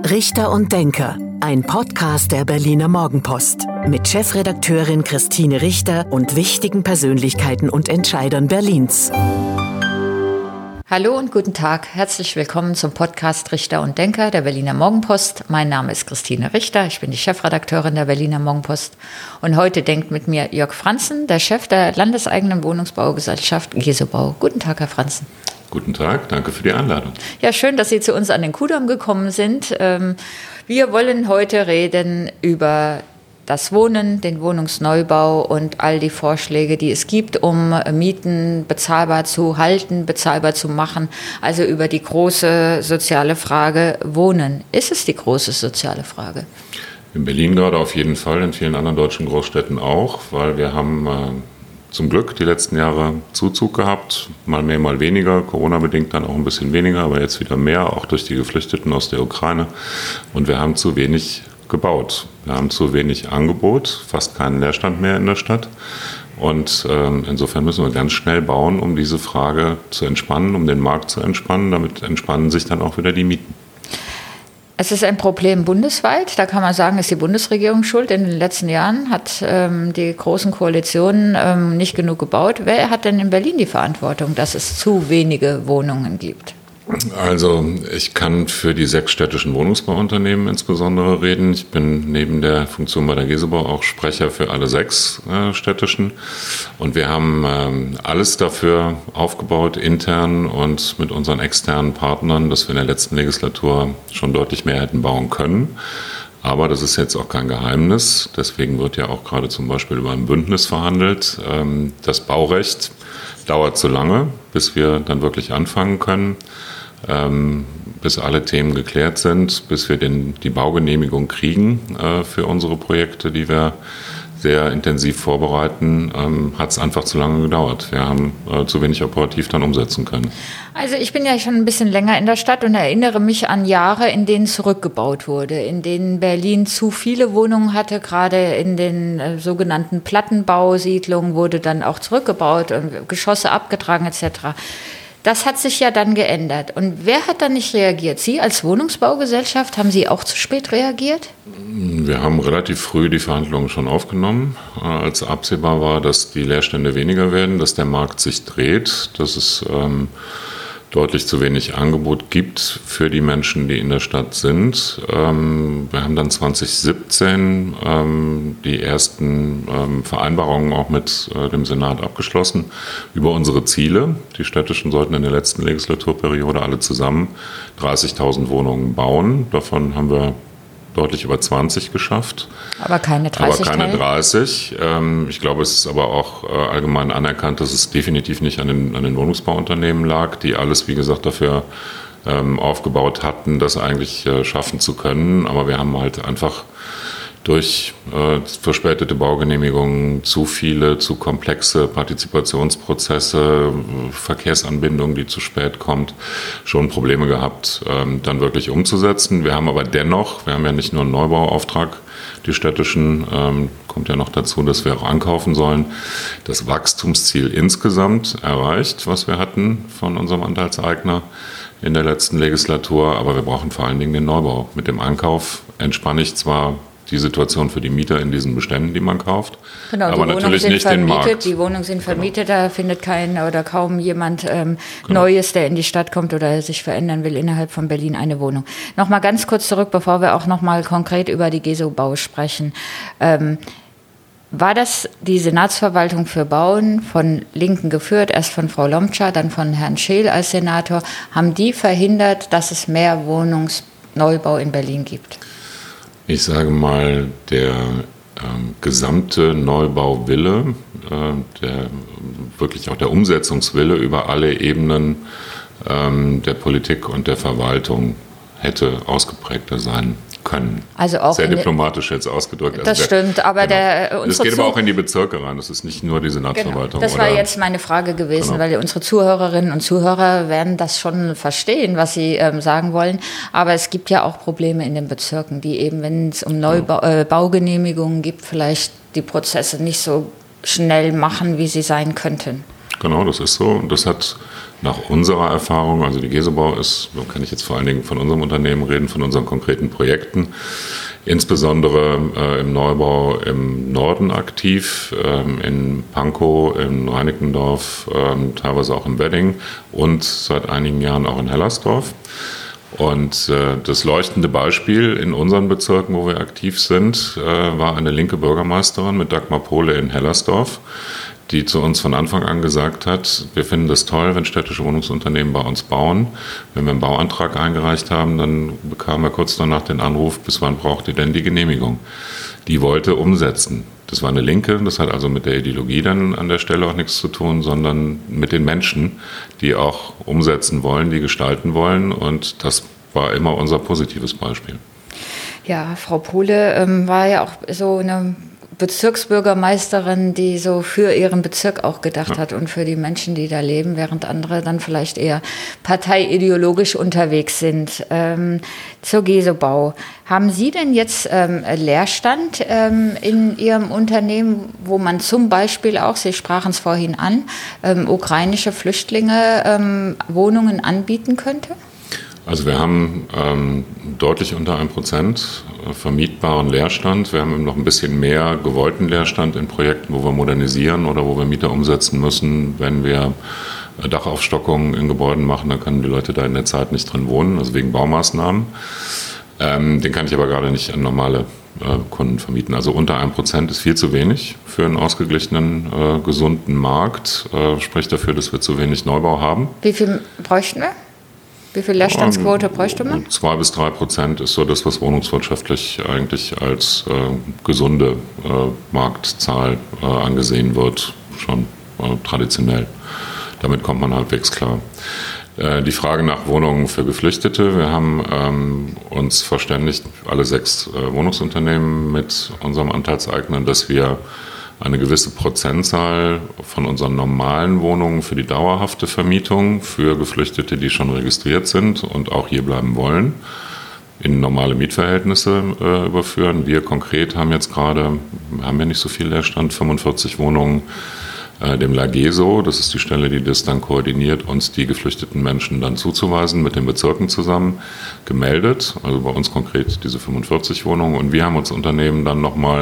Richter und Denker, ein Podcast der Berliner Morgenpost mit Chefredakteurin Christine Richter und wichtigen Persönlichkeiten und Entscheidern Berlins. Hallo und guten Tag, herzlich willkommen zum Podcast Richter und Denker der Berliner Morgenpost. Mein Name ist Christine Richter, ich bin die Chefredakteurin der Berliner Morgenpost und heute denkt mit mir Jörg Franzen, der Chef der landeseigenen Wohnungsbaugesellschaft Gesobau. Guten Tag, Herr Franzen. Guten Tag, danke für die Einladung. Ja, schön, dass Sie zu uns an den Kudamm gekommen sind. Wir wollen heute reden über das Wohnen, den Wohnungsneubau und all die Vorschläge, die es gibt, um Mieten bezahlbar zu halten, bezahlbar zu machen. Also über die große soziale Frage Wohnen. Ist es die große soziale Frage? In Berlin gerade auf jeden Fall, in vielen anderen deutschen Großstädten auch, weil wir haben zum Glück die letzten Jahre Zuzug gehabt, mal mehr, mal weniger, Corona-bedingt dann auch ein bisschen weniger, aber jetzt wieder mehr, auch durch die Geflüchteten aus der Ukraine. Und wir haben zu wenig gebaut. Wir haben zu wenig Angebot, fast keinen Leerstand mehr in der Stadt. Und insofern müssen wir ganz schnell bauen, um diese Frage zu entspannen, um den Markt zu entspannen. Damit entspannen sich dann auch wieder die Mieten. Es ist ein Problem bundesweit. Da kann man sagen, ist die Bundesregierung schuld. In den letzten Jahren hat die großen Koalitionen nicht genug gebaut. Wer hat denn in Berlin die Verantwortung, dass es zu wenige Wohnungen gibt? Also ich kann für die 6 städtischen Wohnungsbauunternehmen insbesondere reden. Ich bin neben der Funktion bei der Gesobau auch Sprecher für alle 6 städtischen. Und wir haben alles dafür aufgebaut, intern und mit unseren externen Partnern, dass wir in der letzten Legislatur schon deutlich mehr hätten bauen können. Aber das ist jetzt auch kein Geheimnis. Deswegen wird ja auch gerade zum Beispiel über ein Bündnis verhandelt. Das Baurecht dauert zu lange, bis wir dann wirklich anfangen können. Bis alle Themen geklärt sind, bis wir die Baugenehmigung kriegen für unsere Projekte, die wir sehr intensiv vorbereiten, hat es einfach zu lange gedauert. Wir haben zu wenig operativ dann umsetzen können. Also ich bin ja schon ein bisschen länger in der Stadt und erinnere mich an Jahre, in denen zurückgebaut wurde, in denen Berlin zu viele Wohnungen hatte, gerade in den sogenannten Plattenbausiedlungen wurde dann auch zurückgebaut und Geschosse abgetragen etc. Das hat sich ja dann geändert. Und wer hat dann nicht reagiert? Sie als Wohnungsbaugesellschaft, haben Sie auch zu spät reagiert? Wir haben relativ früh die Verhandlungen schon aufgenommen, als absehbar war, dass die Leerstände weniger werden, dass der Markt sich dreht, dass es deutlich zu wenig Angebot gibt für die Menschen, die in der Stadt sind. Wir haben dann 2017 die ersten Vereinbarungen auch mit dem Senat abgeschlossen über unsere Ziele. Die städtischen sollten in der letzten Legislaturperiode alle zusammen 30.000 Wohnungen bauen. Davon haben wir deutlich über 20 geschafft. Aber keine 30. Aber keine 30. Ich glaube, es ist aber auch allgemein anerkannt, dass es definitiv nicht an den Wohnungsbauunternehmen lag, die alles, wie gesagt, dafür aufgebaut hatten, das eigentlich schaffen zu können. Aber wir haben halt einfach durch verspätete Baugenehmigungen zu viele, zu komplexe Partizipationsprozesse, Verkehrsanbindung, die zu spät kommt, schon Probleme gehabt, dann wirklich umzusetzen. Wir haben aber dennoch, wir haben ja nicht nur einen Neubauauftrag, die städtischen, kommt ja noch dazu, dass wir auch ankaufen sollen, das Wachstumsziel insgesamt erreicht, was wir hatten von unserem Anteilseigner in der letzten Legislatur, aber wir brauchen vor allen Dingen den Neubau. Mit dem Ankauf entspanne ich zwar die Situation für die Mieter in diesen Beständen, die man kauft, genau, aber natürlich nicht den Markt. Die Wohnungen sind vermietet, da findet kein oder kaum jemand Neues, der in die Stadt kommt oder sich verändern will, innerhalb von Berlin eine Wohnung. Nochmal ganz kurz zurück, bevor wir auch nochmal konkret über die Gesobau sprechen. War das die Senatsverwaltung für Bauen von Linken geführt, erst von Frau Lomtscher, dann von Herrn Scheel als Senator, haben die verhindert, dass es mehr Wohnungsneubau in Berlin gibt? Ich sage mal, der gesamte Neubauwille, wirklich auch der Umsetzungswille über alle Ebenen der Politik und der Verwaltung hätte ausgeprägter sein können. Also auch sehr diplomatisch jetzt ausgedrückt. Das stimmt, aber genau. Das geht aber auch in die Bezirke rein, das ist nicht nur die Senatsverwaltung. Genau. Das war jetzt meine Frage gewesen, weil unsere Zuhörerinnen und Zuhörer werden das schon verstehen, was Sie sagen wollen, aber es gibt ja auch Probleme in den Bezirken, die eben, wenn es um Baugenehmigungen gibt, vielleicht die Prozesse nicht so schnell machen, wie sie sein könnten. Genau, das ist so. Und das hat Nach unserer Erfahrung, also die Gesobau ist, da kann ich jetzt vor allen Dingen von unserem Unternehmen reden, von unseren konkreten Projekten, insbesondere im Neubau im Norden aktiv, in Pankow, in Reinickendorf, teilweise auch in Wedding und seit einigen Jahren auch in Hellersdorf. Und das leuchtende Beispiel in unseren Bezirken, wo wir aktiv sind, war eine linke Bürgermeisterin mit Dagmar Pohle in Hellersdorf, die zu uns von Anfang an gesagt hat, wir finden das toll, wenn städtische Wohnungsunternehmen bei uns bauen. Wenn wir einen Bauantrag eingereicht haben, dann bekamen wir kurz danach den Anruf, bis wann braucht ihr denn die Genehmigung? Die wollte umsetzen. Das war eine Linke, das hat also mit der Ideologie dann an der Stelle auch nichts zu tun, sondern mit den Menschen, die auch umsetzen wollen, die gestalten wollen. Und das war immer unser positives Beispiel. Ja, Frau Pohle war ja auch so eine Bezirksbürgermeisterin, die so für ihren Bezirk auch gedacht hat und für die Menschen, die da leben, während andere dann vielleicht eher parteiideologisch unterwegs sind. Zur Gesobau. Haben Sie denn jetzt Leerstand in Ihrem Unternehmen, wo man zum Beispiel auch, Sie sprachen es vorhin an, ukrainische Flüchtlinge Wohnungen anbieten könnte? Also wir haben deutlich unter 1% vermietbaren Leerstand. Wir haben eben noch ein bisschen mehr gewollten Leerstand in Projekten, wo wir modernisieren oder wo wir Mieter umsetzen müssen. Wenn wir Dachaufstockungen in Gebäuden machen, dann können die Leute da in der Zeit nicht drin wohnen, also wegen Baumaßnahmen. Den kann ich aber gerade nicht an normale Kunden vermieten. Also unter 1% ist viel zu wenig für einen ausgeglichenen, gesunden Markt. Spricht dafür, dass wir zu wenig Neubau haben. Wie viel bräuchten wir? Wie viel Leerstandsquote bräuchte man? 2-3% ist so das, was wohnungswirtschaftlich eigentlich als gesunde Marktzahl angesehen wird, schon traditionell. Damit kommt man halbwegs klar. Die Frage nach Wohnungen für Geflüchtete. Wir haben uns verständigt, alle 6 Wohnungsunternehmen mit unserem Anteilseigner, dass wir eine gewisse Prozentzahl von unseren normalen Wohnungen für die dauerhafte Vermietung für Geflüchtete, die schon registriert sind und auch hier bleiben wollen, in normale Mietverhältnisse überführen. Wir konkret haben jetzt gerade, haben wir nicht so viel Leerstand, 45 Wohnungen dem LAGESO, das ist die Stelle, die das dann koordiniert, uns die geflüchteten Menschen dann zuzuweisen, mit den Bezirken zusammen gemeldet, also bei uns konkret diese 45 Wohnungen. Und wir haben uns Unternehmen dann nochmal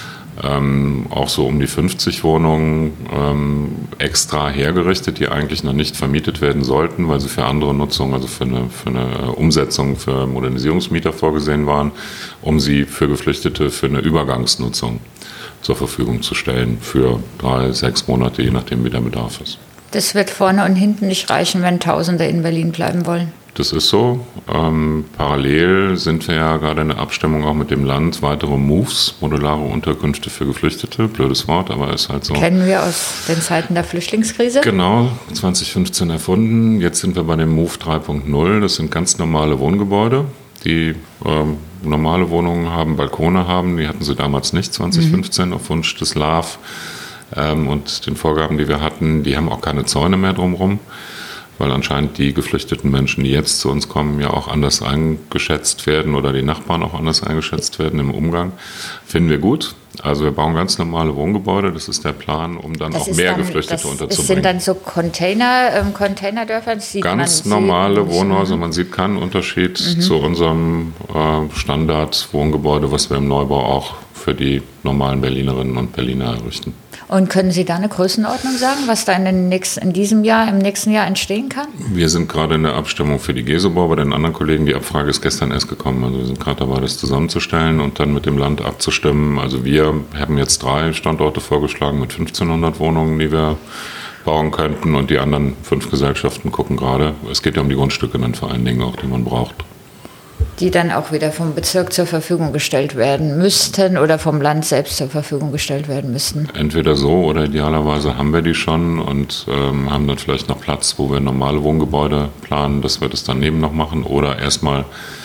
auch so um die 50 Wohnungen extra hergerichtet, die eigentlich noch nicht vermietet werden sollten, weil sie für andere Nutzung, also für eine Umsetzung für Modernisierungsmieter vorgesehen waren, um sie für Geflüchtete für eine Übergangsnutzung zur Verfügung zu stellen für 3-6 Monate, je nachdem wie der Bedarf ist. Das wird vorne und hinten nicht reichen, wenn Tausende in Berlin bleiben wollen. Das ist so. Parallel sind wir ja gerade in der Abstimmung auch mit dem Land, weitere MOVEs, modulare Unterkünfte für Geflüchtete, blödes Wort, aber ist halt so. Kennen wir aus den Zeiten der Flüchtlingskrise. Genau, 2015 erfunden. Jetzt sind wir bei dem MOVE 3.0. Das sind ganz normale Wohngebäude, die normale Wohnungen haben, Balkone haben. Die hatten sie damals nicht, 2015, auf Wunsch des LAV und den Vorgaben, die wir hatten. Die haben auch keine Zäune mehr drumherum, weil anscheinend die geflüchteten Menschen, die jetzt zu uns kommen, ja auch anders eingeschätzt werden oder die Nachbarn auch anders eingeschätzt werden im Umgang. Finden wir gut. Also wir bauen ganz normale Wohngebäude, das ist der Plan, um dann auch mehr Geflüchtete unterzubringen. Das sind dann so Containerdörfer? Ganz normale Wohnhäuser, man sieht keinen Unterschied zu unserem Standard-Wohngebäude, was wir im Neubau auch für die normalen Berlinerinnen und Berliner errichten. Und können Sie da eine Größenordnung sagen, was da im nächsten Jahr entstehen kann? Wir sind gerade in der Abstimmung für die Gesobau bei den anderen Kollegen. Die Abfrage ist gestern erst gekommen. Also wir sind gerade dabei, das zusammenzustellen und dann mit dem Land abzustimmen. Also wir haben jetzt 3 Standorte vorgeschlagen mit 1500 Wohnungen, die wir bauen könnten. Und die anderen 5 Gesellschaften gucken gerade. Es geht ja um die Grundstücke dann vor allen Dingen auch, die man braucht. Die dann auch wieder vom Bezirk zur Verfügung gestellt werden müssten oder vom Land selbst zur Verfügung gestellt werden müssten? Entweder so oder idealerweise haben wir die schon und haben dann vielleicht noch Platz, wo wir normale Wohngebäude planen, dass wir das daneben noch machen oder erstmal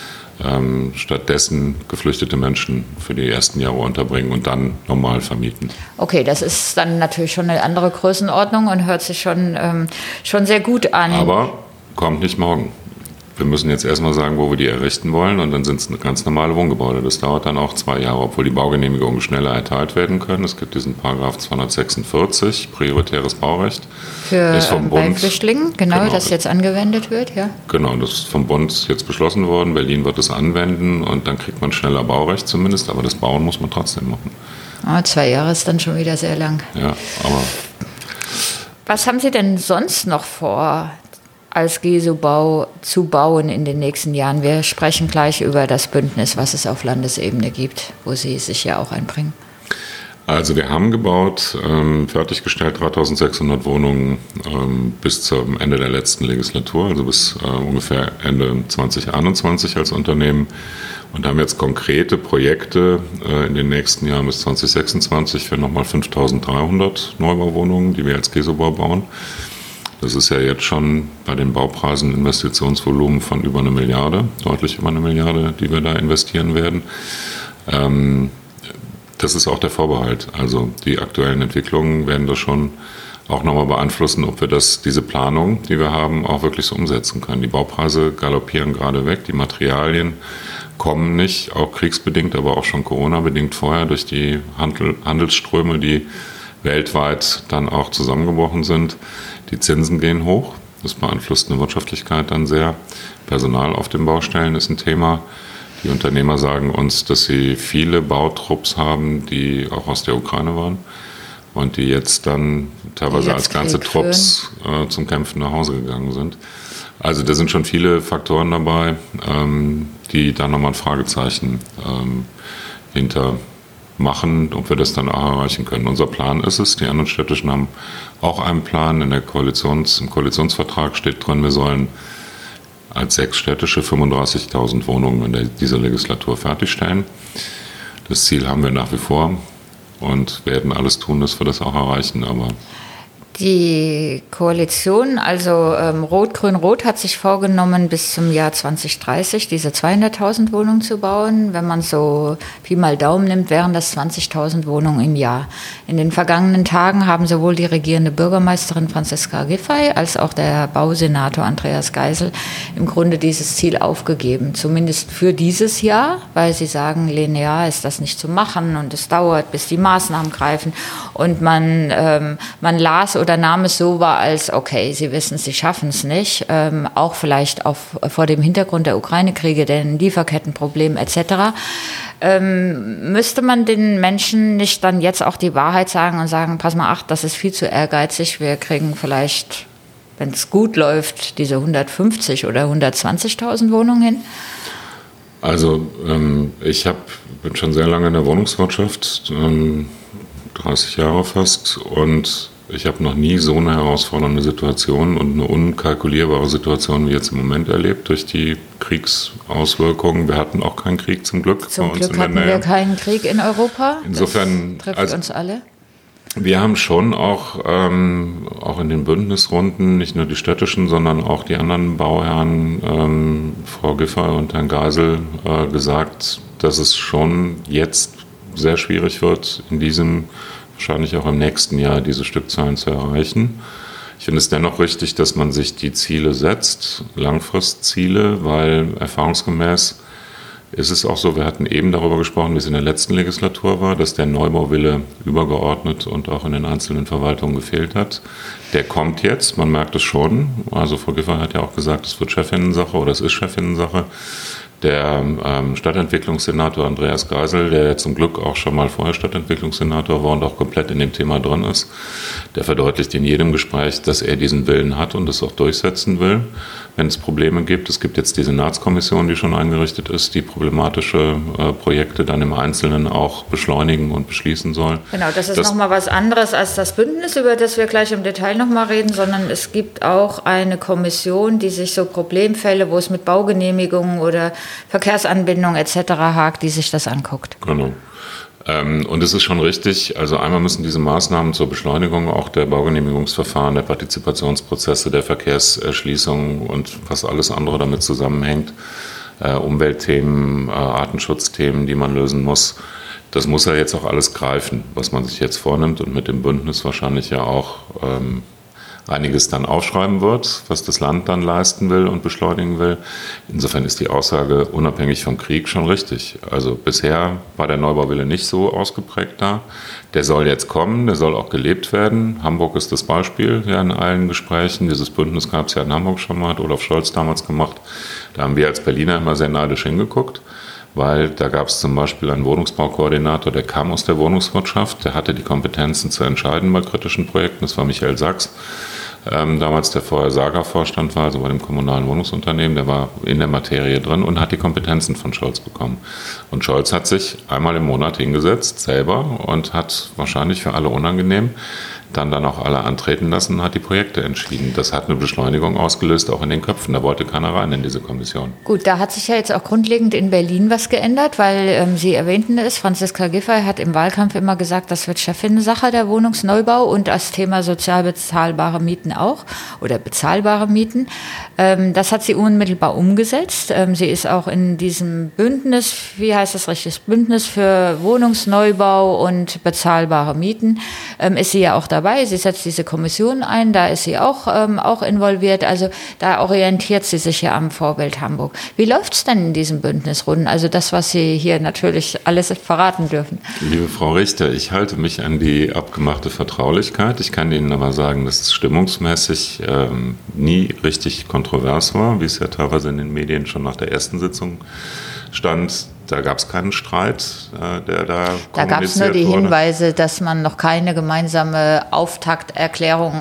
stattdessen geflüchtete Menschen für die ersten Jahre unterbringen und dann normal vermieten. Okay, das ist dann natürlich schon eine andere Größenordnung und hört sich schon sehr gut an. Aber kommt nicht morgen. wir müssen jetzt erstmal sagen, wo wir die errichten wollen und dann sind es ganz normale Wohngebäude. Das dauert dann auch 2 Jahre, obwohl die Baugenehmigungen schneller erteilt werden können. Es gibt diesen Paragraph 246, prioritäres Baurecht. Für bei Flüchtlingen, genau, das jetzt angewendet wird, ja. Genau, das ist vom Bund jetzt beschlossen worden. Berlin wird es anwenden und dann kriegt man schneller Baurecht zumindest, aber das Bauen muss man trotzdem machen. 2 Jahre ist dann schon wieder sehr lang. Ja, aber... Was haben Sie denn sonst noch vor, als GESO-Bau zu bauen in den nächsten Jahren? Wir sprechen gleich über das Bündnis, was es auf Landesebene gibt, wo Sie sich ja auch einbringen. Also wir haben gebaut, fertiggestellt 3.600 Wohnungen bis zum Ende der letzten Legislatur, also bis ungefähr Ende 2021 als Unternehmen. Und haben jetzt konkrete Projekte in den nächsten Jahren bis 2026 für nochmal 5.300 Neubauwohnungen, die wir als GESO-Bau bauen. Das ist ja jetzt schon bei den Baupreisen Investitionsvolumen von über 1 Milliarde, deutlich über 1 Milliarde, die wir da investieren werden. Das ist auch der Vorbehalt. Also die aktuellen Entwicklungen werden das schon auch nochmal beeinflussen, ob wir diese Planung, die wir haben, auch wirklich so umsetzen können. Die Baupreise galoppieren gerade weg, die Materialien kommen nicht, auch kriegsbedingt, aber auch schon Corona-bedingt vorher durch die Handelsströme, die weltweit dann auch zusammengebrochen sind. Die Zinsen gehen hoch, das beeinflusst eine Wirtschaftlichkeit dann sehr. Personal auf den Baustellen ist ein Thema. Die Unternehmer sagen uns, dass sie viele Bautrupps haben, die auch aus der Ukraine waren und die jetzt dann teilweise als ganze Trupps zum Kämpfen nach Hause gegangen sind. Also da sind schon viele Faktoren dabei, die da nochmal ein Fragezeichen hinter machen, ob wir das dann auch erreichen können. Unser Plan ist es, die anderen Städtischen haben auch einen Plan. Im Koalitionsvertrag steht drin, wir sollen als 6 Städtische 35.000 Wohnungen in dieser Legislatur fertigstellen. Das Ziel haben wir nach wie vor und werden alles tun, dass wir das auch erreichen, aber die Koalition, also Rot-Grün-Rot, hat sich vorgenommen, bis zum Jahr 2030 diese 200.000 Wohnungen zu bauen. Wenn man so Pi mal Daumen nimmt, wären das 20.000 Wohnungen im Jahr. In den vergangenen Tagen haben sowohl die regierende Bürgermeisterin Franziska Giffey als auch der Bausenator Andreas Geisel im Grunde dieses Ziel aufgegeben. Zumindest für dieses Jahr, weil sie sagen, linear ist das nicht zu machen und es dauert, bis die Maßnahmen greifen. Und man las oder nahm es so wahr als, okay, Sie wissen, Sie schaffen es nicht, auch vielleicht vor dem Hintergrund der Ukraine-Kriege, den Lieferkettenproblemen etc., müsste man den Menschen nicht dann jetzt auch die Wahrheit sagen und sagen, pass mal, das ist viel zu ehrgeizig, wir kriegen vielleicht, wenn es gut läuft, diese 150 oder 120.000 Wohnungen hin? Also ich bin schon sehr lange in der Wohnungswirtschaft, 30 Jahre fast, und ich habe noch nie so eine herausfordernde Situation und eine unkalkulierbare Situation wie jetzt im Moment erlebt durch die Kriegsauswirkungen. Wir hatten auch keinen Krieg zum Glück. Zum Glück hatten wir keinen Krieg in Europa. Insofern das trifft uns alle. Wir haben schon auch in den Bündnisrunden, nicht nur die städtischen, sondern auch die anderen Bauherren, Frau Giffey und Herrn Geisel, gesagt, dass es schon jetzt sehr schwierig wird, in diesem, wahrscheinlich auch im nächsten Jahr, diese Stückzahlen zu erreichen. Ich finde es dennoch richtig, dass man sich die Ziele setzt, Langfristziele, weil erfahrungsgemäß ist es auch so, wir hatten eben darüber gesprochen, wie es in der letzten Legislatur war, dass der Neubauville übergeordnet und auch in den einzelnen Verwaltungen gefehlt hat. Der kommt jetzt, man merkt es schon. Also Frau Giffey hat ja auch gesagt, es wird Chefinnensache oder es ist Chefinnensache. Der Stadtentwicklungssenator Andreas Geisel, der zum Glück auch schon mal vorher Stadtentwicklungssenator war und auch komplett in dem Thema drin ist, der verdeutlicht in jedem Gespräch, dass er diesen Willen hat und es auch durchsetzen will, wenn es Probleme gibt. Es gibt jetzt die Senatskommission, die schon eingerichtet ist, die problematische Projekte dann im Einzelnen auch beschleunigen und beschließen soll. Genau, das ist nochmal was anderes als das Bündnis, über das wir gleich im Detail nochmal reden, sondern es gibt auch eine Kommission, die sich so Problemfälle, wo es mit Baugenehmigungen oder Verkehrsanbindung etc. hakt, die sich das anguckt. Genau. Und es ist schon richtig, also einmal müssen diese Maßnahmen zur Beschleunigung auch der Baugenehmigungsverfahren, der Partizipationsprozesse, der Verkehrserschließung und was alles andere damit zusammenhängt, Umweltthemen, Artenschutzthemen, die man lösen muss, das muss ja jetzt auch alles greifen, was man sich jetzt vornimmt und mit dem Bündnis wahrscheinlich ja auch einiges dann aufschreiben wird, was das Land dann leisten will und beschleunigen will. Insofern ist die Aussage unabhängig vom Krieg schon richtig. Also bisher war der Neubauville nicht so ausgeprägt da. Der soll jetzt kommen, der soll auch gelebt werden. Hamburg ist das Beispiel ja in allen Gesprächen. Dieses Bündnis gab es ja in Hamburg schon mal, hat Olaf Scholz damals gemacht. Da haben wir als Berliner immer sehr neidisch hingeguckt, weil da gab es zum Beispiel einen Wohnungsbaukoordinator, der kam aus der Wohnungswirtschaft, der hatte die Kompetenzen zu entscheiden bei kritischen Projekten, das war Michael Sachs, damals der vorher Saga-Vorstand war, also bei dem kommunalen Wohnungsunternehmen, der war in der Materie drin und hat die Kompetenzen von Scholz bekommen. Und Scholz hat sich einmal im Monat hingesetzt, selber, und hat wahrscheinlich für alle unangenehm dann auch alle antreten lassen und hat die Projekte entschieden. Das hat eine Beschleunigung ausgelöst, auch in den Köpfen. Da wollte keiner rein in diese Kommission. Gut, da hat sich ja jetzt auch grundlegend in Berlin was geändert, weil Sie erwähnten es, Franziska Giffey hat im Wahlkampf immer gesagt, das wird Chefinnensache, der Wohnungsneubau, und das Thema sozial bezahlbare Mieten auch oder bezahlbare Mieten. Das hat sie unmittelbar umgesetzt. Sie ist auch in diesem Bündnis, wie heißt das richtig, Bündnis für Wohnungsneubau und bezahlbare Mieten, ist sie ja auch dabei. Sie setzt diese Kommission ein, da ist sie auch involviert. Also da orientiert sie sich ja am Vorbild Hamburg. Wie läuft es denn in diesen Bündnisrunden? Also das, was Sie hier natürlich alles verraten dürfen. Liebe Frau Richter, ich halte mich an die abgemachte Vertraulichkeit. Ich kann Ihnen aber sagen, dass es stimmungsmäßig nie richtig kontrovers war, wie es ja teilweise in den Medien schon nach der ersten Sitzung stand. Da gab es keinen Streit, der da Da gab es nur die Hinweise, dass man noch keine gemeinsame Auftakterklärung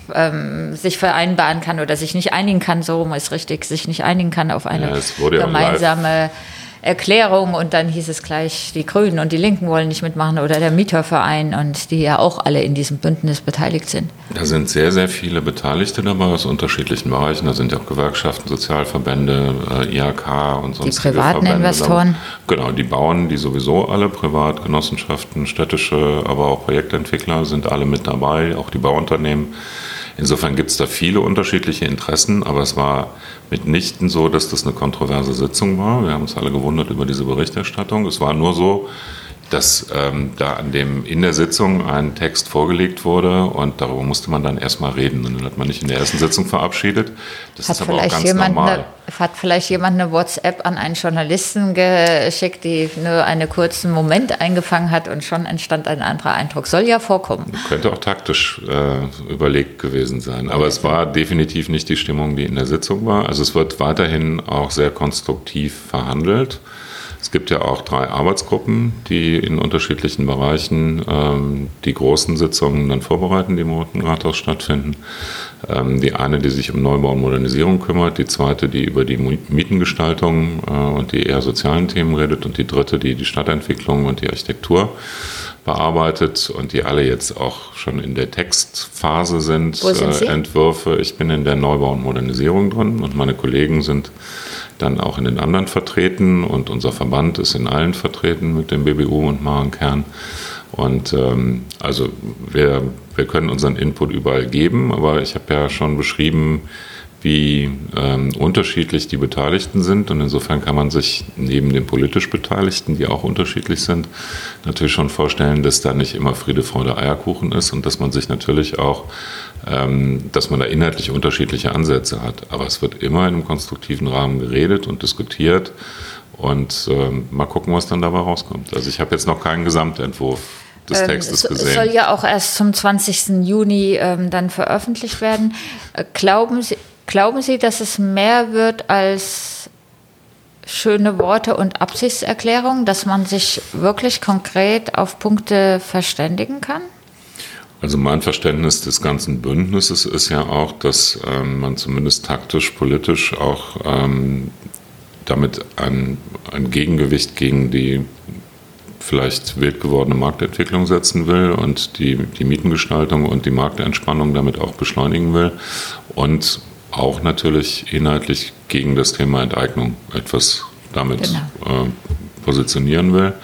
sich vereinbaren kann oder sich nicht einigen kann, so ist richtig, sich nicht einigen kann auf eine gemeinsame Erklärung. Und dann hieß es gleich, die Grünen und die Linken wollen nicht mitmachen oder der Mieterverein, und die ja auch alle in diesem Bündnis beteiligt sind. Da sind sehr, sehr viele Beteiligte dabei aus unterschiedlichen Bereichen. Da sind ja auch Gewerkschaften, Sozialverbände, IHK und sonstige die privaten Verbände Investoren. Genau, die Bauern, die sowieso alle, Privatgenossenschaften, städtische, aber auch Projektentwickler sind alle mit dabei, auch die Bauunternehmen. Insofern gibt es da viele unterschiedliche Interessen, aber es war mitnichten so, dass das eine kontroverse Sitzung war. Wir haben uns alle gewundert über diese Berichterstattung. Es war nur so, dass da in der Sitzung ein Text vorgelegt wurde und darüber musste man dann erstmal reden. Und dann hat man nicht in der ersten Sitzung verabschiedet. Das ist aber auch ganz normal. Hat vielleicht jemand eine WhatsApp an einen Journalisten geschickt, die nur einen kurzen Moment eingefangen hat und schon entstand ein anderer Eindruck. Soll ja vorkommen. Könnte auch taktisch überlegt gewesen sein. Aber es war definitiv nicht die Stimmung, die in der Sitzung war. Also es wird weiterhin auch sehr konstruktiv verhandelt. Es gibt ja auch 3 Arbeitsgruppen, die in unterschiedlichen Bereichen die großen Sitzungen dann vorbereiten, die im Roten Rathaus stattfinden. Die eine, die sich um Neubau und Modernisierung kümmert, die zweite, die über die Mietengestaltung und die eher sozialen Themen redet, und die dritte, die die Stadtentwicklung und die Architektur bearbeitet, und die alle jetzt auch schon in der Textphase sind. Wo sind Sie? Entwürfe. Ich bin in der Neubau und Modernisierung drin und meine Kollegen sind dann auch in den anderen vertreten, und unser Verband ist in allen vertreten mit dem BBU und Marenkern. Und also wir können unseren Input überall geben, aber ich habe ja schon beschrieben, wie unterschiedlich die Beteiligten sind, und insofern kann man sich neben den politisch Beteiligten, die auch unterschiedlich sind, natürlich schon vorstellen, dass da nicht immer Friede, Freude, Eierkuchen ist, und dass man sich natürlich auch, dass man da inhaltlich unterschiedliche Ansätze hat. Aber es wird immer in einem konstruktiven Rahmen geredet und diskutiert, und mal gucken, was dann dabei rauskommt. Also ich habe jetzt noch keinen Gesamtentwurf des Textes gesehen. Es soll ja auch erst zum 20. Juni dann veröffentlicht werden. Glauben Sie, dass es mehr wird als schöne Worte und Absichtserklärungen, dass man sich wirklich konkret auf Punkte verständigen kann? Also mein Verständnis des ganzen Bündnisses ist ja auch, dass man zumindest taktisch, politisch auch damit ein Gegengewicht gegen die vielleicht wild gewordene Marktentwicklung setzen will und die Mietengestaltung und die Marktentspannung damit auch beschleunigen will, und auch natürlich inhaltlich gegen das Thema Enteignung etwas damit positionieren will.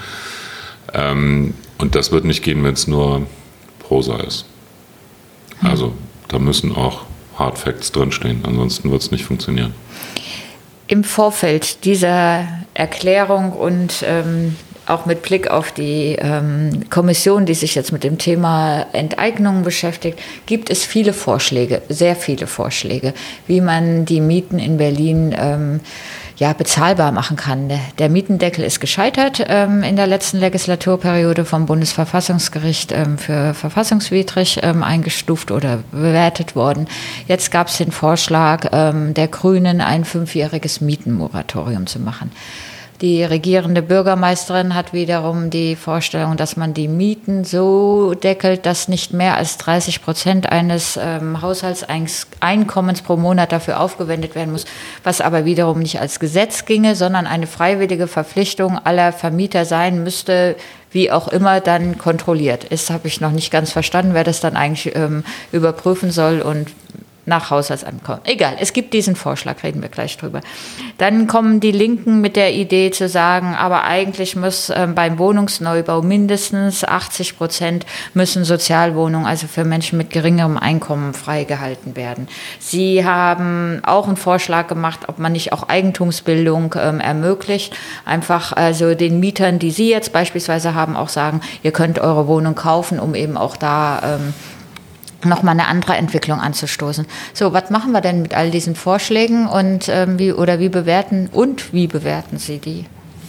Und das wird nicht gehen, wenn es nur Prosa ist. Also da müssen auch Hard Facts drinstehen, ansonsten wird es nicht funktionieren. Im Vorfeld dieser Erklärung und auch mit Blick auf die Kommission, die sich jetzt mit dem Thema Enteignung beschäftigt, gibt es viele Vorschläge, sehr viele Vorschläge, wie man die Mieten in Berlin bezahlbar machen kann. Der Mietendeckel ist gescheitert in der letzten Legislaturperiode vom Bundesverfassungsgericht für verfassungswidrig eingestuft oder bewertet worden. Jetzt gab es den Vorschlag der Grünen, ein 5-jähriges Mietenmoratorium zu machen. Die regierende Bürgermeisterin hat wiederum die Vorstellung, dass man die Mieten so deckelt, dass nicht mehr als 30% eines Haushaltseinkommens pro Monat dafür aufgewendet werden muss, was aber wiederum nicht als Gesetz ginge, sondern eine freiwillige Verpflichtung aller Vermieter sein müsste, wie auch immer dann kontrolliert ist. Habe ich noch nicht ganz verstanden, wer das dann eigentlich überprüfen soll und nach Haushaltseinkommen. Egal, es gibt diesen Vorschlag, reden wir gleich drüber. Dann kommen die Linken mit der Idee zu sagen, aber eigentlich muss beim Wohnungsneubau mindestens 80% müssen Sozialwohnungen, also für Menschen mit geringerem Einkommen, freigehalten werden. Sie haben auch einen Vorschlag gemacht, ob man nicht auch Eigentumsbildung ermöglicht. Einfach also den Mietern, die Sie jetzt beispielsweise haben, auch sagen, ihr könnt eure Wohnung kaufen, um eben auch da nochmal eine andere Entwicklung anzustoßen. So, was machen wir denn mit all diesen Vorschlägen und wie bewerten Sie die?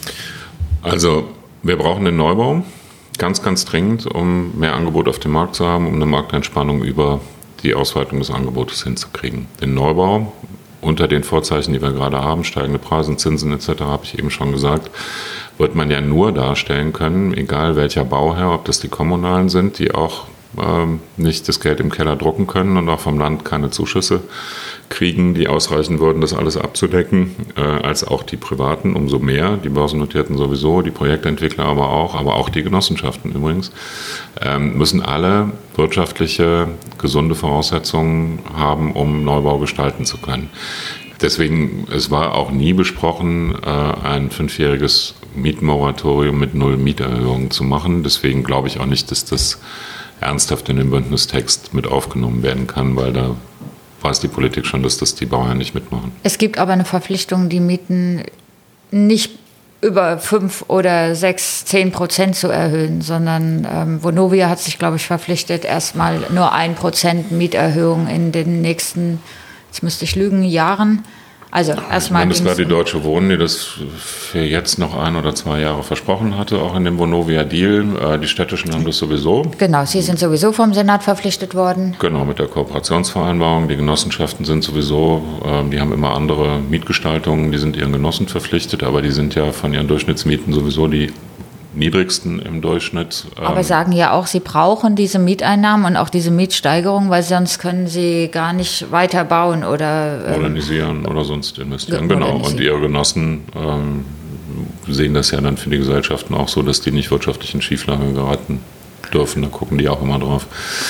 Also, wir brauchen den Neubau ganz, ganz dringend, um mehr Angebot auf dem Markt zu haben, um eine Marktentspannung über die Ausweitung des Angebotes hinzukriegen. Den Neubau unter den Vorzeichen, die wir gerade haben, steigende Preise, Zinsen etc., habe ich eben schon gesagt, wird man ja nur darstellen können, egal welcher Bauherr, ob das die Kommunalen sind, die auch nicht das Geld im Keller drucken können und auch vom Land keine Zuschüsse kriegen, die ausreichen würden, das alles abzudecken, als auch die Privaten, umso mehr, die Börsennotierten sowieso, die Projektentwickler aber auch die Genossenschaften übrigens, müssen alle wirtschaftliche, gesunde Voraussetzungen haben, um Neubau gestalten zu können. Deswegen, es war auch nie besprochen, ein 5-jähriges Mietmoratorium mit 0 Mieterhöhungen zu machen. Deswegen glaube ich auch nicht, dass das ernsthaft in den Bündnistext mit aufgenommen werden kann, weil da weiß die Politik schon, dass das die Bauern nicht mitmachen. Es gibt aber eine Verpflichtung, die Mieten nicht über 5 oder 6, 10% zu erhöhen, sondern Vonovia hat sich, glaube ich, verpflichtet, erstmal nur 1% Mieterhöhung in den nächsten, jetzt müsste ich lügen, Jahren. Also erstmal. Das war die Deutsche Wohnen, die das für jetzt noch 1 oder 2 Jahre versprochen hatte, auch in dem Vonovia-Deal. Die Städtischen haben das sowieso. Genau, sie sind sowieso vom Senat verpflichtet worden. Genau, mit der Kooperationsvereinbarung. Die Genossenschaften sind sowieso, die haben immer andere Mietgestaltungen, die sind ihren Genossen verpflichtet, aber die sind ja von ihren Durchschnittsmieten sowieso die niedrigsten im Durchschnitt. Aber sagen ja auch, sie brauchen diese Mieteinnahmen und auch diese Mietsteigerung, weil sonst können sie gar nicht weiter bauen oder modernisieren oder sonst investieren. Genau. Und ihre Genossen sehen das ja dann für die Gesellschaften auch so, dass die nicht wirtschaftlich in Schieflage geraten dürfen. Da gucken die auch immer drauf.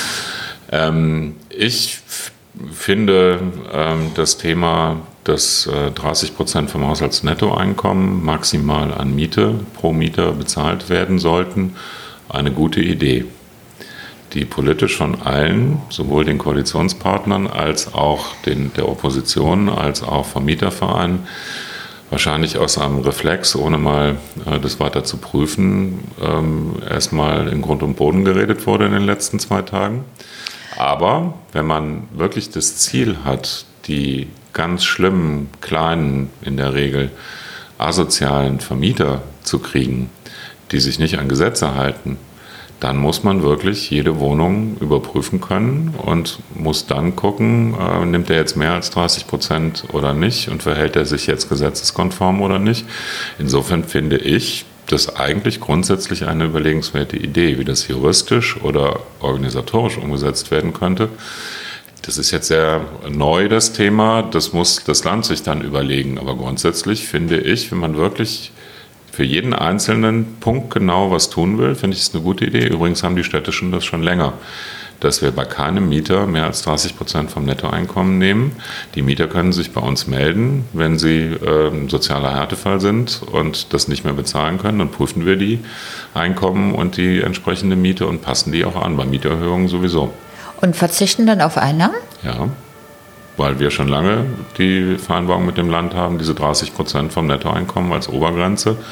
Ich finde das Thema, dass 30% vom Haushaltsnettoeinkommen maximal an Miete pro Mieter bezahlt werden sollten, eine gute Idee, die politisch von allen, sowohl den Koalitionspartnern als auch der Opposition, als auch vom Mieterverein, wahrscheinlich aus einem Reflex, ohne mal das weiter zu prüfen, erstmal in Grund und Boden geredet wurde in den letzten 2 Tagen. Aber wenn man wirklich das Ziel hat, die ganz schlimmen, kleinen, in der Regel asozialen Vermieter zu kriegen, die sich nicht an Gesetze halten, dann muss man wirklich jede Wohnung überprüfen können und muss dann gucken, nimmt er jetzt mehr als 30% oder nicht und verhält er sich jetzt gesetzeskonform oder nicht. Insofern finde ich das eigentlich grundsätzlich eine überlegenswerte Idee, wie das juristisch oder organisatorisch umgesetzt werden könnte. Das ist jetzt sehr neu, das Thema. Das muss das Land sich dann überlegen. Aber grundsätzlich finde ich, wenn man wirklich für jeden einzelnen Punkt genau was tun will, finde ich es eine gute Idee. Übrigens haben die Städtischen das schon länger, dass wir bei keinem Mieter mehr als 30% vom Nettoeinkommen nehmen. Die Mieter können sich bei uns melden, wenn sie sozialer Härtefall sind und das nicht mehr bezahlen können. Dann prüfen wir die Einkommen und die entsprechende Miete und passen die auch an, bei Mieterhöhungen sowieso. Und verzichten dann auf Einnahmen? Ja, weil wir schon lange die Vereinbarung mit dem Land haben, diese 30% vom Nettoeinkommen als Obergrenze.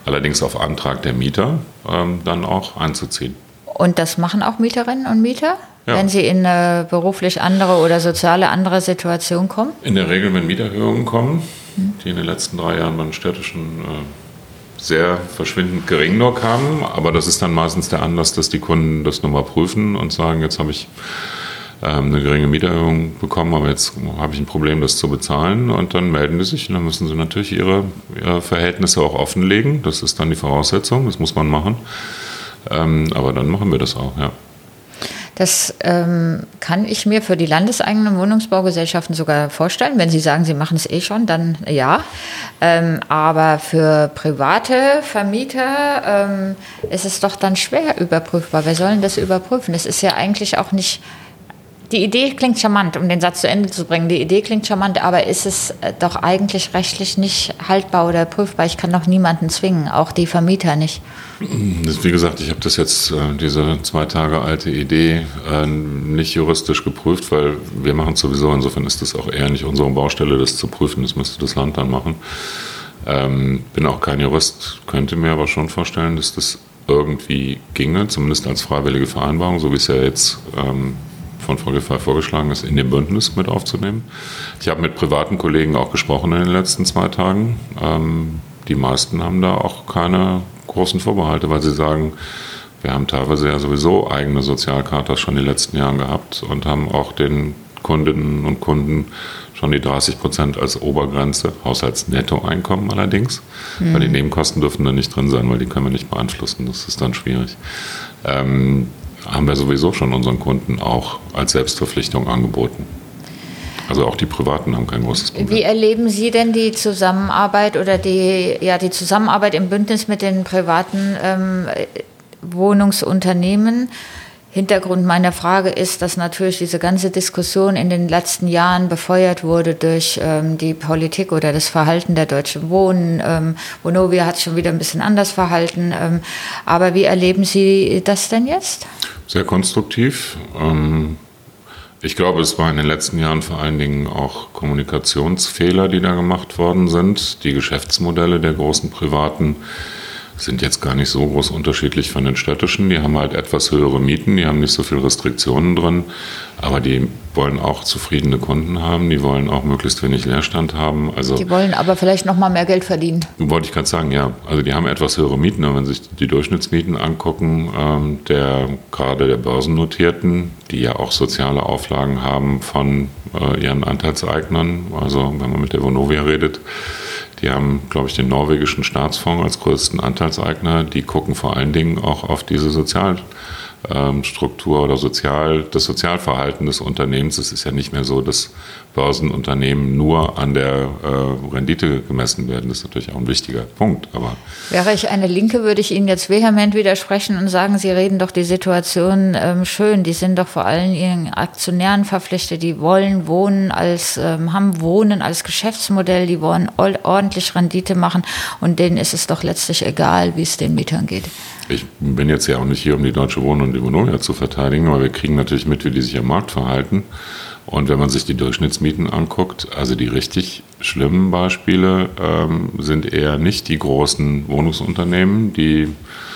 allerdings auf Antrag der Mieter dann auch einzuziehen. Und das machen auch Mieterinnen und Mieter, ja, wenn sie in eine beruflich andere oder soziale andere Situation kommen? In der Regel, wenn Mieterhöhungen kommen, die in den letzten 3 Jahren bei den städtischen sehr verschwindend gering nur kamen. Aber das ist dann meistens der Anlass, dass die Kunden das nochmal prüfen und sagen, jetzt habe ich eine geringe Mieterhöhung bekommen, aber jetzt habe ich ein Problem, das zu bezahlen. Und dann melden die sich und dann müssen sie natürlich ihre Verhältnisse auch offenlegen. Das ist dann die Voraussetzung, das muss man machen. Aber dann machen wir das auch, ja. Das kann ich mir für die landeseigenen Wohnungsbaugesellschaften sogar vorstellen. Wenn Sie sagen, Sie machen es eh schon, dann ja. Aber für private Vermieter ist es doch dann schwer überprüfbar. Wer soll denn das überprüfen? Das ist ja eigentlich auch nicht... Die Idee klingt charmant, um den Satz zu Ende zu bringen. Die Idee klingt charmant, aber ist es doch eigentlich rechtlich nicht haltbar oder prüfbar? Ich kann doch niemanden zwingen, auch die Vermieter nicht. Wie gesagt, ich habe das jetzt, diese 2 Tage alte Idee, nicht juristisch geprüft, weil wir machen es sowieso. Insofern ist das auch eher nicht unsere Baustelle, das zu prüfen. Das müsste das Land dann machen. Bin auch kein Jurist, könnte mir aber schon vorstellen, dass das irgendwie ginge, zumindest als freiwillige Vereinbarung, so wie es ja jetzt von Frau Giffey vorgeschlagen ist, in dem Bündnis mit aufzunehmen. Ich habe mit privaten Kollegen auch gesprochen in den letzten 2 Tagen. Die meisten haben da auch keine großen Vorbehalte, weil sie sagen, wir haben teilweise ja sowieso eigene Sozialchartas schon in den letzten Jahren gehabt und haben auch den Kundinnen und Kunden schon die 30% als Obergrenze, Haushaltsnettoeinkommen allerdings, weil die Nebenkosten dürfen da nicht drin sein, weil die können wir nicht beeinflussen, das ist dann schwierig. Haben wir sowieso schon unseren Kunden auch als Selbstverpflichtung angeboten. Also auch die Privaten haben kein großes Problem. Wie erleben Sie denn die Zusammenarbeit oder die Zusammenarbeit im Bündnis mit den privaten Wohnungsunternehmen? Hintergrund meiner Frage ist, dass natürlich diese ganze Diskussion in den letzten Jahren befeuert wurde durch die Politik oder das Verhalten der Deutschen Wohnen. Vonovia hat sich schon wieder ein bisschen anders verhalten. Aber wie erleben Sie das denn jetzt? Sehr konstruktiv. Ich glaube, es war in den letzten Jahren vor allen Dingen auch Kommunikationsfehler, die da gemacht worden sind. Die Geschäftsmodelle der großen Privaten sind jetzt gar nicht so groß unterschiedlich von den städtischen. Die haben halt etwas höhere Mieten, die haben nicht so viele Restriktionen drin, aber die wollen auch zufriedene Kunden haben, die wollen auch möglichst wenig Leerstand haben. Also, die wollen aber vielleicht noch mal mehr Geld verdienen. Wollte ich gerade sagen, ja. Also die haben etwas höhere Mieten, wenn sich die Durchschnittsmieten angucken, gerade der Börsennotierten, die ja auch soziale Auflagen haben von ihren Anteilseignern, also wenn man mit der Vonovia redet, die haben, glaube ich, den norwegischen Staatsfonds als größten Anteilseigner. Die gucken vor allen Dingen auch auf diese Sozialstruktur oder das Sozialverhalten des Unternehmens. Es ist ja nicht mehr so, dass Börsenunternehmen nur an der Rendite gemessen werden. Das ist natürlich auch ein wichtiger Punkt. Aber wäre ich eine Linke, würde ich Ihnen jetzt vehement widersprechen und sagen, Sie reden doch die Situation schön. Die sind doch vor allem ihren Aktionären verpflichtet. Die wollen Wohnen haben Wohnen als Geschäftsmodell. Die wollen ordentlich Rendite machen. Und denen ist es doch letztlich egal, wie es den Mietern geht. Ich bin jetzt ja auch nicht hier, um die Deutsche Wohnen und die Vonovia zu verteidigen, aber wir kriegen natürlich mit, wie die sich am Markt verhalten. Und wenn man sich die Durchschnittsmieten anguckt, also die richtig schlimmen Beispiele sind eher nicht die großen Wohnungsunternehmen, die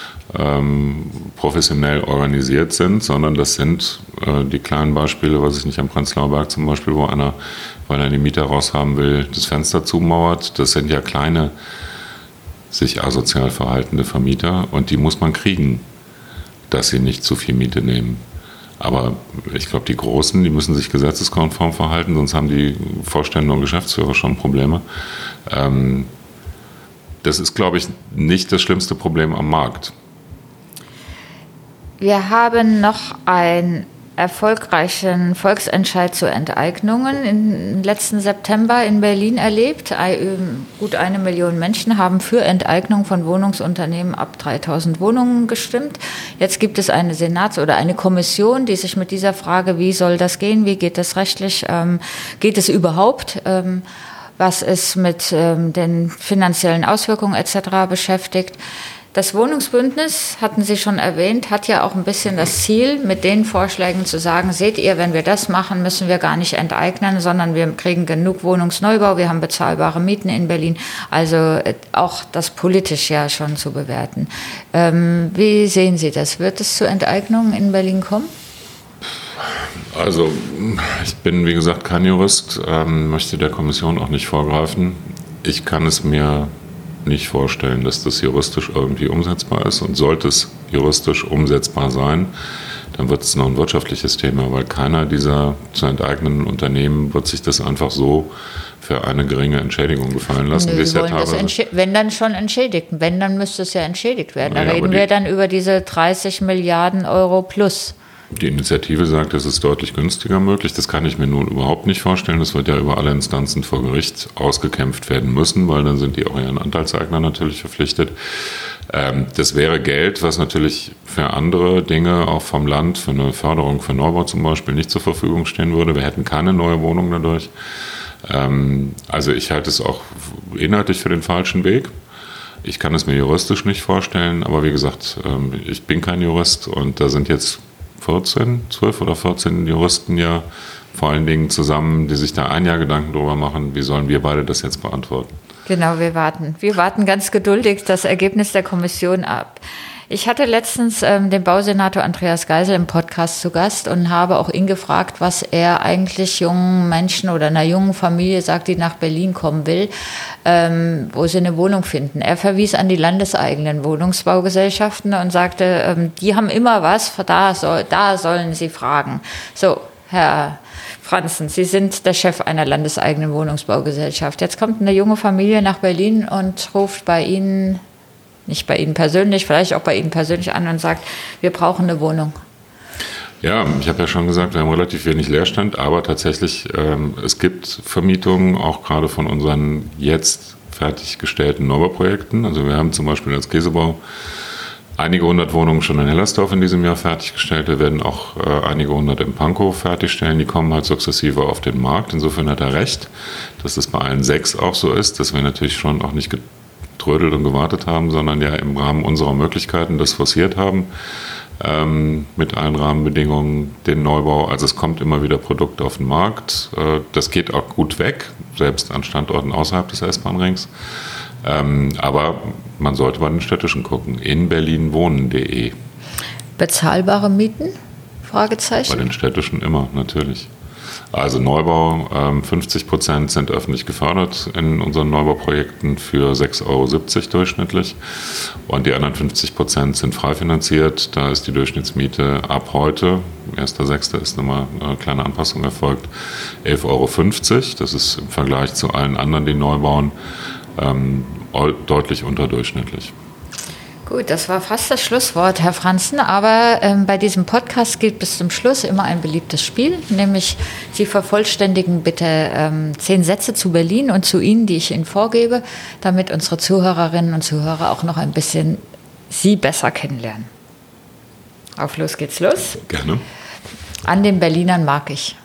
professionell organisiert sind, sondern das sind die kleinen Beispiele, was ich nicht am Prenzlauer Berg zum Beispiel, wo einer, weil er die Mieter raushaben will, das Fenster zumauert. Das sind ja kleine, sich asozial verhaltende Vermieter und die muss man kriegen, dass sie nicht zu viel Miete nehmen. Aber ich glaube, die Großen, die müssen sich gesetzeskonform verhalten, sonst haben die Vorstände und Geschäftsführer schon Probleme. Das ist, glaube ich, nicht das schlimmste Problem am Markt. Wir haben noch einen erfolgreichen Volksentscheid zu Enteignungen im letzten September in Berlin erlebt. Gut 1 Million Menschen haben für Enteignung von Wohnungsunternehmen ab 3.000 Wohnungen gestimmt. Jetzt gibt es eine eine Kommission, die sich mit dieser Frage, wie soll das gehen, wie geht das rechtlich, geht es überhaupt, was ist mit den finanziellen Auswirkungen etc. beschäftigt. Das Wohnungsbündnis, hatten Sie schon erwähnt, hat ja auch ein bisschen das Ziel, mit den Vorschlägen zu sagen, seht ihr, wenn wir das machen, müssen wir gar nicht enteignen, sondern wir kriegen genug Wohnungsneubau, wir haben bezahlbare Mieten in Berlin. Also auch das politisch ja schon zu bewerten. Wie sehen Sie das? Wird es zu Enteignungen in Berlin kommen? Also ich bin, wie gesagt, kein Jurist, möchte der Kommission auch nicht vorgreifen. Ich kann es mir nicht vorstellen, dass das juristisch irgendwie umsetzbar ist, und sollte es juristisch umsetzbar sein, dann wird es noch ein wirtschaftliches Thema, weil keiner dieser zu enteignenden Unternehmen wird sich das einfach so für eine geringe Entschädigung gefallen lassen. Nö, Sie wollen das wenn dann schon entschädigt. Wenn, dann müsste es ja entschädigt werden. Da reden wir dann über diese 30 Milliarden Euro plus. Die Initiative sagt, es ist deutlich günstiger möglich. Das kann ich mir nun überhaupt nicht vorstellen. Das wird ja über alle Instanzen vor Gericht ausgekämpft werden müssen, weil dann sind die auch ihren Anteilseigner natürlich verpflichtet. Das wäre Geld, was natürlich für andere Dinge, auch vom Land, für eine Förderung für Neubau zum Beispiel, nicht zur Verfügung stehen würde. Wir hätten keine neue Wohnung dadurch. Also ich halte es auch inhaltlich für den falschen Weg. Ich kann es mir juristisch nicht vorstellen, aber wie gesagt, ich bin kein Jurist, und da sind jetzt 12 oder 14 Juristen ja vor allen Dingen zusammen, die sich da ein Jahr Gedanken drüber machen, wie sollen wir beide das jetzt beantworten. Genau, wir warten. Wir warten ganz geduldig das Ergebnis der Kommission ab. Ich hatte letztens den Bausenator Andreas Geisel im Podcast zu Gast und habe auch ihn gefragt, was er eigentlich jungen Menschen oder einer jungen Familie sagt, die nach Berlin kommen will, wo sie eine Wohnung finden. Er verwies an die landeseigenen Wohnungsbaugesellschaften und sagte, die haben immer was, da sollen sie fragen. So, Herr Franzen, Sie sind der Chef einer landeseigenen Wohnungsbaugesellschaft. Jetzt kommt eine junge Familie nach Berlin und ruft bei Ihnen, nicht bei Ihnen persönlich, vielleicht auch bei Ihnen persönlich an und sagt, wir brauchen eine Wohnung. Ja, ich habe ja schon gesagt, wir haben relativ wenig Leerstand, aber tatsächlich, es gibt Vermietungen, auch gerade von unseren jetzt fertiggestellten Neubauprojekten. Also wir haben zum Beispiel als Käsebau einige hundert Wohnungen schon in Hellersdorf in diesem Jahr fertiggestellt. Wir werden auch einige hundert in Pankow fertigstellen. Die kommen halt sukzessive auf den Markt. Insofern hat er recht, dass das bei allen 6 auch so ist, dass wir natürlich schon auch nicht getrödelt und gewartet haben, sondern ja im Rahmen unserer Möglichkeiten das forciert haben, mit allen Rahmenbedingungen den Neubau. Also es kommt immer wieder Produkt auf den Markt. Das geht auch gut weg, selbst an Standorten außerhalb des S-Bahn-Rings. Aber man sollte bei den städtischen gucken. In berlinwohnen.de. Bezahlbare Mieten? Fragezeichen. Bei den städtischen immer, natürlich. Also Neubau, 50% sind öffentlich gefördert in unseren Neubauprojekten für 6,70 € durchschnittlich. Und die anderen 50% sind frei finanziert. Da ist die Durchschnittsmiete ab heute, 1.6. ist nochmal eine kleine Anpassung erfolgt, 11,50 €. Das ist im Vergleich zu allen anderen, die neu bauen, deutlich unterdurchschnittlich. Gut, das war fast das Schlusswort, Herr Franzen, aber bei diesem Podcast gilt bis zum Schluss immer ein beliebtes Spiel, nämlich Sie vervollständigen bitte 10 Sätze zu Berlin und zu Ihnen, die ich Ihnen vorgebe, damit unsere Zuhörerinnen und Zuhörer auch noch ein bisschen Sie besser kennenlernen. Auf los geht's los. Gerne. An den Berlinern mag ich.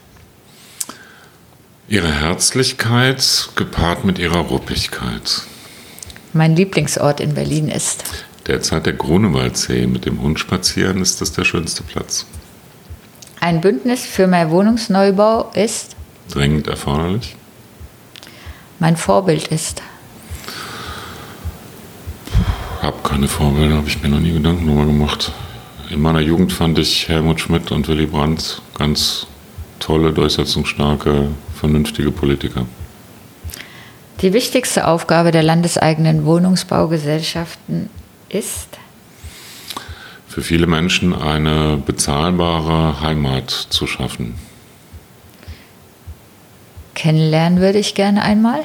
Ihre Herzlichkeit gepaart mit ihrer Ruppigkeit. Mein Lieblingsort in Berlin ist? Derzeit der Grunewaldsee. Mit dem Hund spazieren ist das der schönste Platz. Ein Bündnis für mehr Wohnungsneubau ist? Dringend erforderlich. Mein Vorbild ist? Hab keine Vorbilder, habe ich mir noch nie Gedanken darüber gemacht. In meiner Jugend fand ich Helmut Schmidt und Willy Brandt ganz tolle, durchsetzungsstarke, vernünftige Politiker. Die wichtigste Aufgabe der landeseigenen Wohnungsbaugesellschaften ist? Für viele Menschen eine bezahlbare Heimat zu schaffen. Kennenlernen würde ich gerne einmal?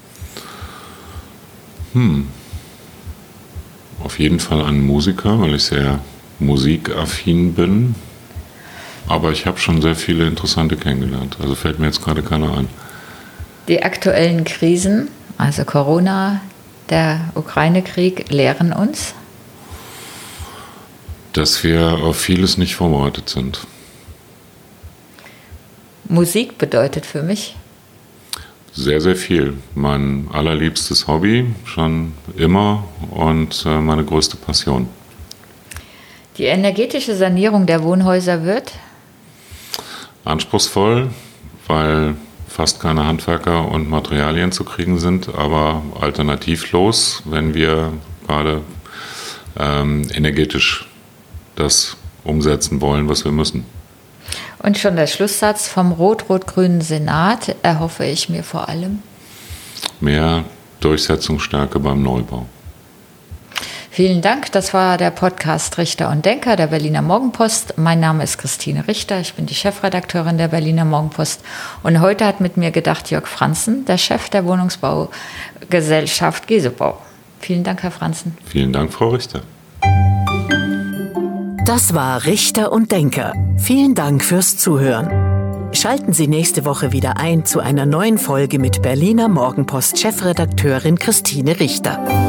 Auf jeden Fall einen Musiker, weil ich sehr musikaffin bin. Aber ich habe schon sehr viele interessante kennengelernt. Also fällt mir jetzt gerade keiner ein. Die aktuellen Krisen, also Corona, der Ukraine-Krieg, lehren uns? Dass wir auf vieles nicht vorbereitet sind. Musik bedeutet für mich? Sehr, sehr viel. Mein allerliebstes Hobby, schon immer, und meine größte Passion. Die energetische Sanierung der Wohnhäuser wird Anspruchsvoll, weil fast keine Handwerker und Materialien zu kriegen sind, aber alternativlos, wenn wir gerade energetisch das umsetzen wollen, was wir müssen. Und schon der Schlusssatz: vom rot-rot-grünen Senat erhoffe ich mir vor allem mehr Durchsetzungsstärke beim Neubau. Vielen Dank. Das war der Podcast Richter und Denker der Berliner Morgenpost. Mein Name ist Christine Richter. Ich bin die Chefredakteurin der Berliner Morgenpost. Und heute hat mit mir gedacht Jörg Franzen, der Chef der Wohnungsbaugesellschaft Gesebau. Vielen Dank, Herr Franzen. Vielen Dank, Frau Richter. Das war Richter und Denker. Vielen Dank fürs Zuhören. Schalten Sie nächste Woche wieder ein zu einer neuen Folge mit Berliner Morgenpost-Chefredakteurin Christine Richter.